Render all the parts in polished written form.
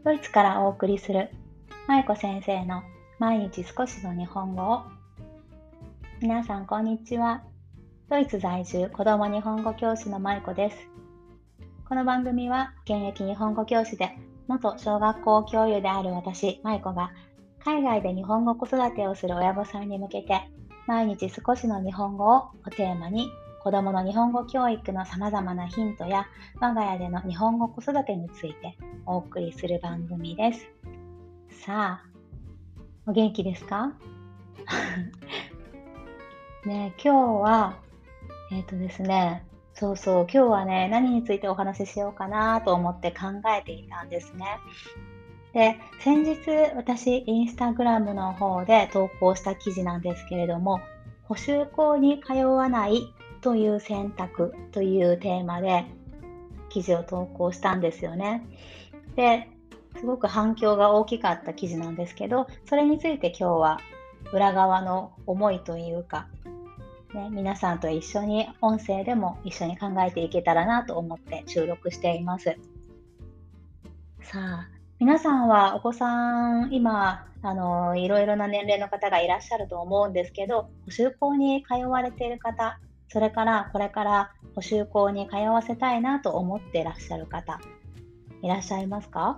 ドイツからお送りするまいこ先生の毎日少しの日本語を。皆さんこんにちは。ドイツ在住子ども日本語教師のまいこです。この番組は現役日本語教師で元小学校教諭である私まいこが海外で日本語子育てをする親御さんに向けて毎日少しの日本語をテーマに子どもの日本語教育のさまざまなヒントや我が家での日本語子育てについてお送りする番組です。さあ、お元気ですか？ね、今日はですね、今日はね、何についてお話ししようかなと思って考えていたんですね。で、先日私インスタグラムの方で投稿した記事なんですけれども、補習校に通わないという選択というテーマで記事を投稿したんですよね。ですごく反響が大きかった記事なんですけど、それについて今日は裏側の思いというか、皆さんと一緒に音声でも一緒に考えていけたらなと思って収録しています。さあ、皆さんはお子さん、今いろいろな年齢の方がいらっしゃると思うんですけど、補習校に通われている方、それからこれから補習校に通わせたいなと思っていらっしゃる方、いらっしゃいますか？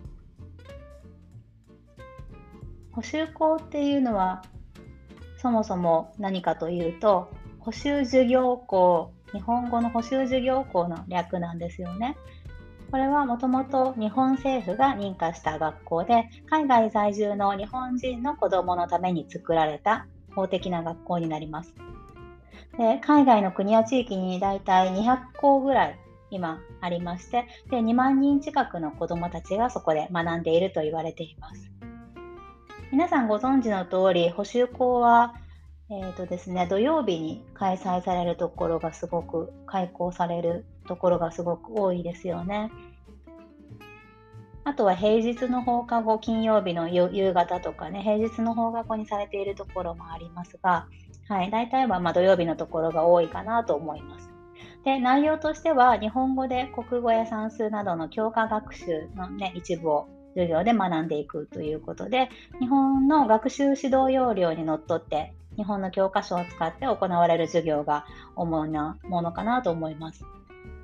補習校っていうのはそもそも何かというと、補習授業校、日本語の補習授業校の略なんですよね。これはもともと日本政府が認可した学校で、海外在住の日本人の子どものために作られた法的な学校になります。で、海外の国や地域にだいたい200校ぐらい今ありまして、で2万人近くの子どもたちがそこで学んでいると言われています。皆さんご存知の通り、補習校はですね、土曜日に開催されるところがすごく、開講されるところがすごく多いですよね。あとは平日の放課後、金曜日の夕方とかね、平日の放課後にされているところもありますが、はい、大体は土曜日のところが多いかなと思います。で、内容としては日本語で国語や算数などの教科学習の一部を授業で学んでいくということで、日本の学習指導要領にのっとって日本の教科書を使って行われる授業が主なものかなと思います。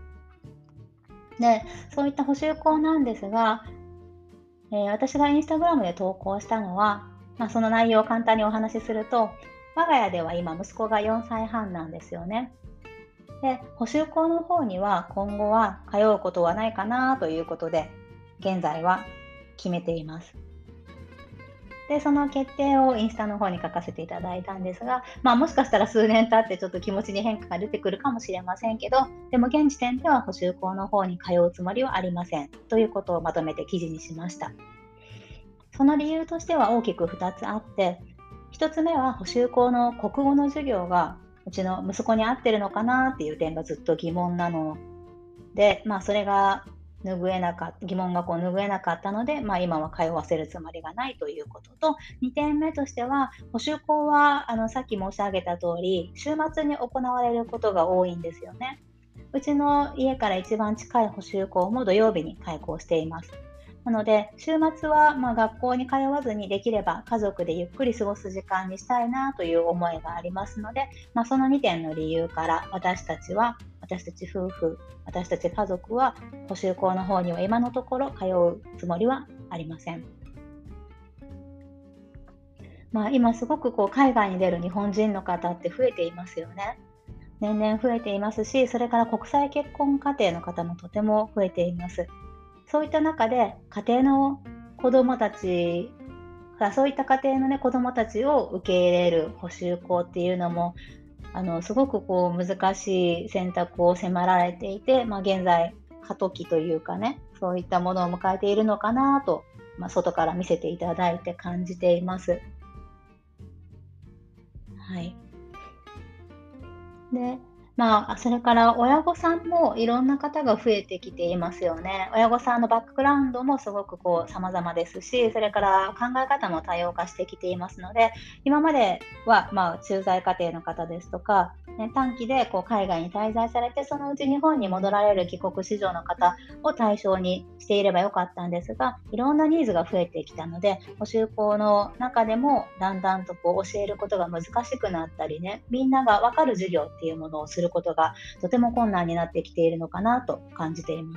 で、そういった補習校なんですが、私がインスタグラムで投稿したのは、その内容を簡単にお話しすると、我が家では今息子が4歳半なんですよね。で、補習校の方には今後は通うことはないかなということで、現在は決めています。で、その決定をインスタの方に書かせていただいたんですが、もしかしたら数年経ってちょっと気持ちに変化が出てくるかもしれませんけど、でも現時点では補習校の方に通うつもりはありませんということをまとめて記事にしました。その理由としては大きく2つあって、1つ目は補習校の国語の授業がうちの息子に合ってるのかなっていう点がずっと疑問なので、それが疑問が拭えなかったので、今は通わせるつもりがないということと、2点目としては、補習校はさっき申し上げた通り、週末に行われることが多いんですよね。うちの家から一番近い補習校も土曜日に開校しています。なので、週末は学校に通わずにできれば家族でゆっくり過ごす時間にしたいなという思いがありますので、その2点の理由から私たち夫婦、私たち家族は補習校の方には今のところ通うつもりはありません。今すごく海外に出る日本人の方って増えていますよね。年々増えていますし、それから国際結婚家庭の方もとても増えています。そういった中で家庭の子どもたちそういった家庭の子どもたちを受け入れる補習校っていうのもすごく難しい選択を迫られていて、現在過渡期というかね、そういったものを迎えているのかなと、外から見せていただいて感じています。はい。で、それから親御さんもいろんな方が増えてきていますよね。親御さんのバックグラウンドもすごく様々ですし、それから考え方も多様化してきていますので、今までは駐在家庭の方ですとか、 ね、短期で海外に滞在されて、そのうち日本に戻られる帰国子女の方を対象にしていればよかったんですが、いろんなニーズが増えてきたので、補習校の中でもだんだんと教えることが難しくなったりね、みんなが分かる授業っていうものをすることがとても困難になってきているのかなと感じています。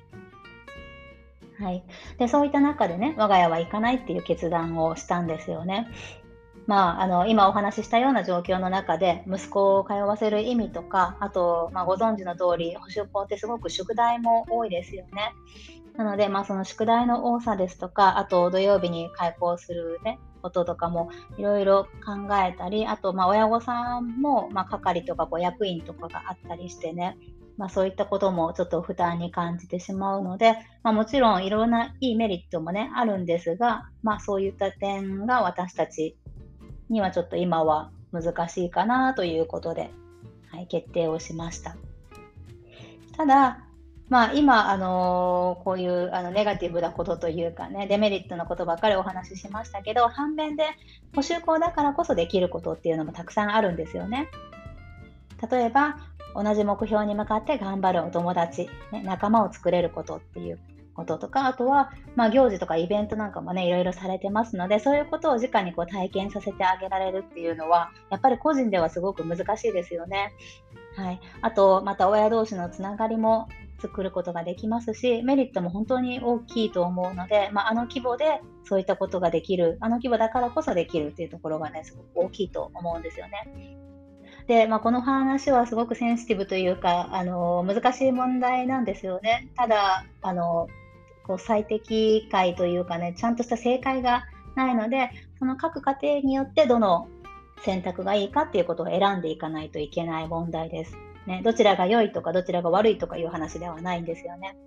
はい、でそういった中でね、我が家は行かないっていう決断をしたんですよね。今お話ししたような状況の中で息子を通わせる意味とか、あと、ご存知の通り補習校ってすごく宿題も多いですよね。なので、その宿題の多さですとか、あと土曜日に開校するねこととかもいろいろ考えたり、あと親御さんも係とか役員とかがあったりしてね、そういったこともちょっと負担に感じてしまうので、もちろんいろんないいメリットもねあるんですが、そういった点が私たちにはちょっと今は難しいかなということで、決定をしました。ただ、今、こういうネガティブなことというかね、デメリットなことばっかりお話ししましたけど、反面で補習校だからこそできることっていうのもたくさんあるんですよね。例えば、同じ目標に向かって頑張るお友達、ね、仲間を作れることっていうこととか、あとは、行事とかイベントなんかもね、いろいろされてますので、そういうことを直に体験させてあげられるっていうのは、やっぱり個人ではすごく難しいですよね。はい。あと、また親同士のつながりも作ることができますし、メリットも本当に大きいと思うので、あの規模でそういったことができる、あの規模だからこそできるっていうところがね、すごく大きいと思うんですよね。で、この話はすごくセンシティブというか、難しい問題なんですよね。ただ、最適解というかね、ちゃんとした正解がないので、その各家庭によってどの選択がいいかっていうことを選んでいかないといけない問題です。ね、どちらが良いとかどちらが悪いとかいう話ではないんですよね。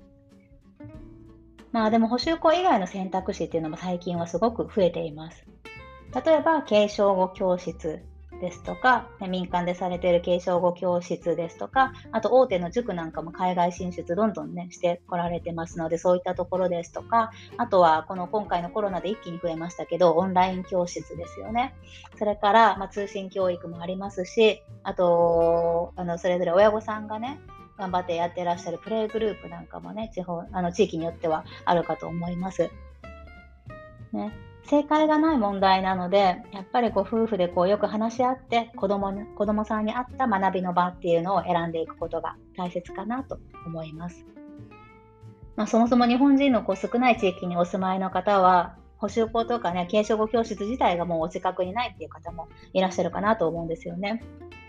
でも補習校以外の選択肢っていうのも最近はすごく増えています。例えば継承語教室ですとか、民間でされている継承語教室ですとか、あと大手の塾なんかも海外進出どんどんねしてこられてますので、そういったところですとか、あとは今回のコロナで一気に増えましたけど、オンライン教室ですよね。それから、通信教育もありますし、あとそれぞれ親御さんがね頑張ってやってらっしゃるプレイグループなんかもね、地域によってはあるかと思います。ね、正解がない問題なので、やっぱり夫婦でよく話し合って子供さんに合った学びの場っていうのを選んでいくことが大切かなと思います。そもそも日本人の少ない地域にお住まいの方は、補習校とかね、継承語教室自体がもうお近くにないっていう方もいらっしゃるかなと思うんですよね。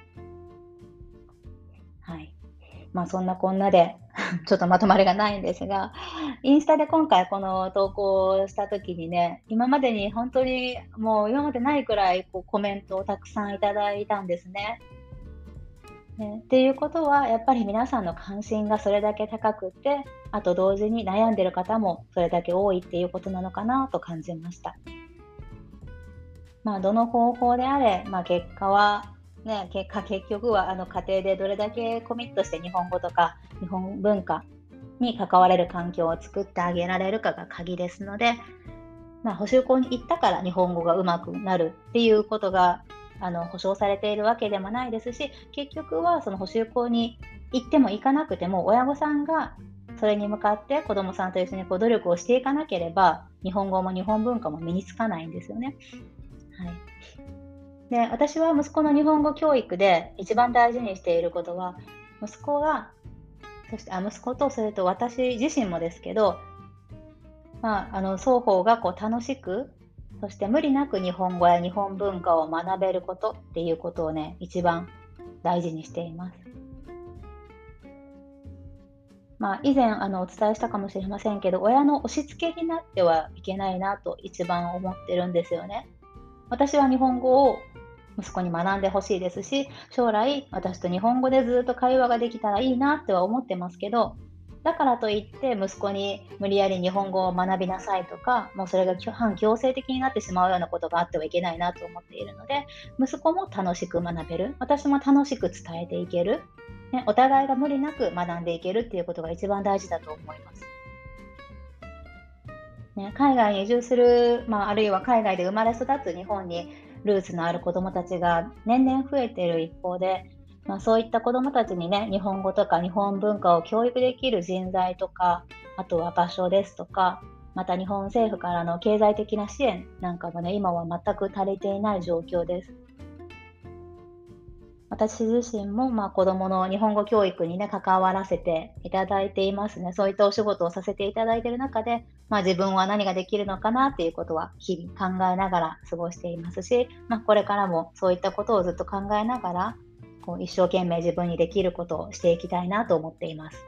はい。そんなこんなでちょっとまとまりがないんですが、インスタで今回この投稿をした時にね、今までに本当にもう今までないくらいコメントをたくさんいただいたんですね。っていうことはやっぱり皆さんの関心がそれだけ高くて、あと同時に悩んでる方もそれだけ多いっていうことなのかなと感じました。どの方法であれ、結果はね、結局は家庭でどれだけコミットして日本語とか日本文化に関われる環境を作ってあげられるかが鍵ですので、補習校に行ったから日本語が上手くなるっていうことが保証されているわけでもないですし、結局はその補習校に行っても行かなくても親御さんがそれに向かって子どもさんと一緒に努力をしていかなければ、日本語も日本文化も身につかないんですよね。はい。で、私は息子の日本語教育で一番大事にしていることは、息子が、息子とそれと私自身もですけど、双方が楽しく、そして無理なく日本語や日本文化を学べることっていうことをね、一番大事にしています。以前お伝えしたかもしれませんけど、親の押し付けになってはいけないなと一番思ってるんですよね。私は日本語を息子に学んでほしいですし、将来私と日本語でずっと会話ができたらいいなっては思ってますけど、だからといって息子に無理やり日本語を学びなさいとか、もうそれが反強制的になってしまうようなことがあってはいけないなと思っているので、息子も楽しく学べる、私も楽しく伝えていける、ね、お互いが無理なく学んでいけるっていうことが一番大事だと思います。海外に移住する、あるいは海外で生まれ育つ日本にルーツのある子どもたちが年々増えている一方で、そういった子どもたちにね、日本語とか日本文化を教育できる人材とか、あとは場所ですとか、また日本政府からの経済的な支援なんかもね、今は全く足りていない状況です。私自身も、子供の日本語教育にね、関わらせていただいていますね。そういったお仕事をさせていただいている中で、自分は何ができるのかなっていうことは日々考えながら過ごしていますし、これからもそういったことをずっと考えながら、一生懸命自分にできることをしていきたいなと思っています。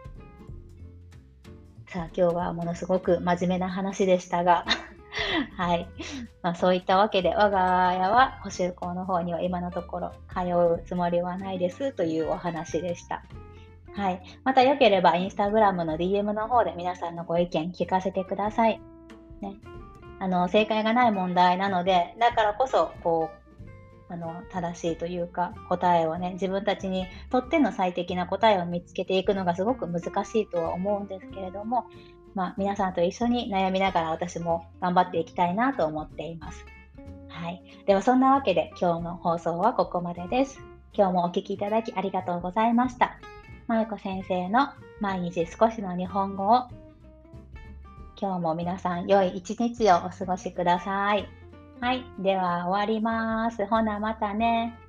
さあ、今日はものすごく真面目な話でしたが、はい。そういったわけで、我が家は補習校の方には今のところ通うつもりはないですというお話でした。はい。また良ければインスタグラムの DM の方で皆さんのご意見聞かせてください。ね。正解がない問題なので、だからこそ、正しいというか、答えをね、自分たちにとっての最適な答えを見つけていくのがすごく難しいとは思うんですけれども、皆さんと一緒に悩みながら私も頑張っていきたいなと思っています。はい。ではそんなわけで今日の放送はここまでです。今日もお聞きいただきありがとうございました。まゆこ先生の毎日少しの日本語を、今日も皆さん良い一日をお過ごしください。はい。では終わります。ほなまたね。